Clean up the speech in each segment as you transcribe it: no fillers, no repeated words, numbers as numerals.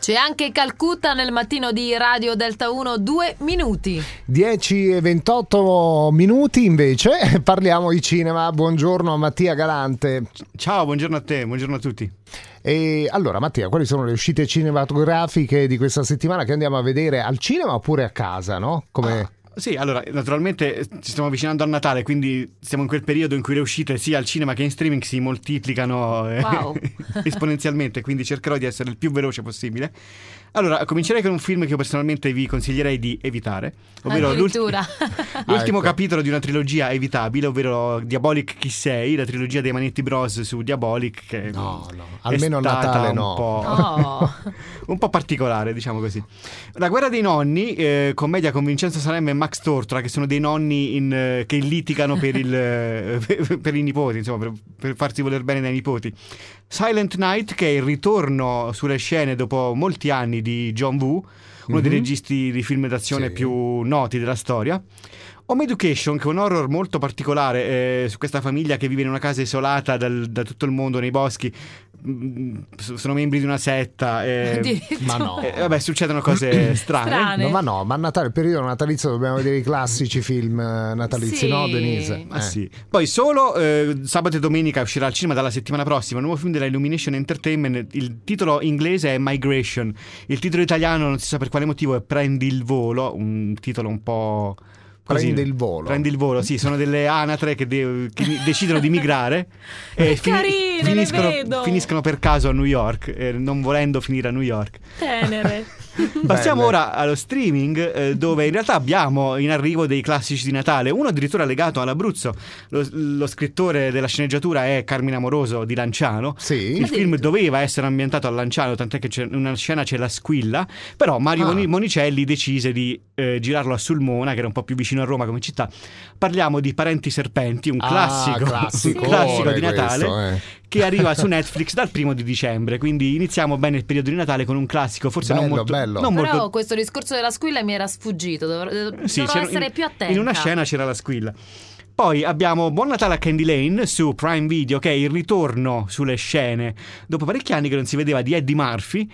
C'è anche Calcutta nel mattino di Radio Delta 1, 2 minuti. 10:28 invece parliamo di cinema. Buongiorno a Mattia Galante. Ciao, buongiorno a te, buongiorno a tutti. E allora Mattia, quali sono le uscite cinematografiche di questa settimana che andiamo a vedere al cinema oppure a casa, no? Sì, allora, naturalmente ci stiamo avvicinando al Natale, quindi siamo in quel periodo in cui le uscite sia al cinema che in streaming si moltiplicano esponenzialmente, quindi cercherò di essere il più veloce possibile. Allora, comincerei con un film che io personalmente vi consiglierei di evitare, ovvero l'ultimo capitolo di una trilogia evitabile, ovvero Diabolic Chi sei, la trilogia dei Manetti Bros su Diabolic, che almeno è stata Natale un po' particolare, diciamo così. La guerra dei nonni, commedia con Vincenzo Salemme e Max Tortora, che sono dei nonni che litigano per i nipoti, insomma, per farsi voler bene dai nipoti. Silent Night, che è il ritorno sulle scene dopo molti anni di John Woo, uno dei registi di film d'azione più noti della storia. Home Education, che è un horror molto particolare su questa famiglia che vive in una casa isolata da tutto il mondo nei boschi. Sono membri di una setta, ma no, vabbè, succedono cose strane. No, ma a Natale, il periodo natalizio, dobbiamo vedere i classici film natalizi, no Denise? Sì. Poi solo sabato e domenica uscirà al cinema dalla settimana prossima un nuovo film della Illumination Entertainment. Il titolo inglese è Migration, il titolo italiano non si sa per quale motivo è Prendi il volo, un titolo un po'... Prendi il volo, sì, sono delle anatre che decidono di migrare e finiscono per caso a New York, non volendo finire a New York. Tenere. Passiamo ora allo streaming, dove in realtà abbiamo in arrivo dei classici di Natale, uno addirittura legato all'Abruzzo. Lo scrittore della sceneggiatura è Carmine Amoroso di Lanciano. Sì. Il film doveva essere ambientato a Lanciano, tant'è che in una scena c'è la squilla, però Mario Monicelli decise di girarlo a Sulmona, che era un po' più vicino a Roma come città. Parliamo di Parenti Serpenti, un classico di Natale, che arriva su Netflix dal 1 dicembre, quindi iniziamo bene il periodo di Natale con un classico, forse non molto. Però questo discorso della squilla mi era sfuggito, dovrò essere più attenta. In una scena c'era la squilla. Poi abbiamo Buon Natale a Candy Lane su Prime Video, che è il ritorno sulle scene dopo parecchi anni che non si vedeva, di Eddie Murphy,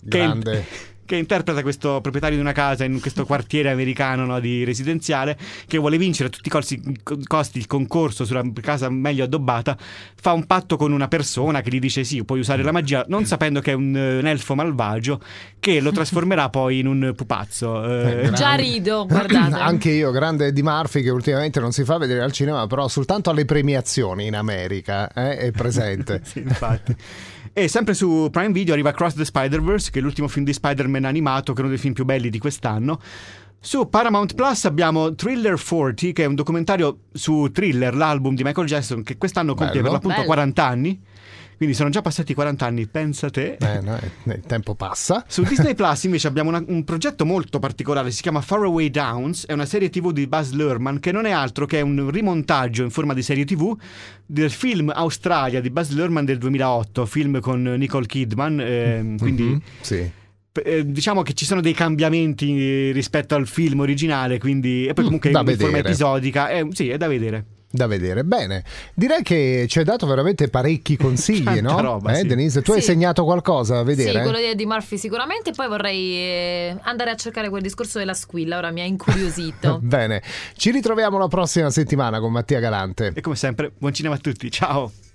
che interpreta questo proprietario di una casa in questo quartiere americano, no, di residenziale, che vuole vincere a tutti i costi il concorso sulla casa meglio addobbata. Fa un patto con una persona che gli dice sì, puoi usare la magia, non sapendo che è un elfo malvagio che lo trasformerà poi in un pupazzo. Già rido, guardate. Anche io, grande Eddie Murphy, che ultimamente non si fa vedere al cinema, però soltanto alle premiazioni in America è presente. Sì, infatti. E sempre su Prime Video arriva Across the Spider-Verse, che è l'ultimo film di Spider-Man animato, che è uno dei film più belli di quest'anno. Su Paramount Plus abbiamo Thriller 40, che è un documentario su Thriller, l'album di Michael Jackson, che quest'anno compie per l'appunto 40 anni. Quindi sono già passati 40 anni, pensa te. Il tempo passa. Su Disney Plus invece abbiamo un progetto molto particolare, si chiama Faraway Downs, è una serie TV di Baz Luhrmann, che non è altro che un rimontaggio in forma di serie TV del film Australia di Baz Luhrmann del 2008, film con Nicole Kidman, quindi... sì. Diciamo che ci sono dei cambiamenti rispetto al film originale, quindi e poi comunque in forma episodica, sì, è da vedere. Da vedere. Bene, direi che ci hai dato veramente parecchi consigli, no? Roba, sì. Denise, tu hai segnato qualcosa a vedere? Sì, quello di Eddie Murphy sicuramente. Poi vorrei andare a cercare quel discorso della squilla, ora mi ha incuriosito. Bene, ci ritroviamo la prossima settimana con Mattia Galante. E come sempre, buon cinema a tutti, ciao!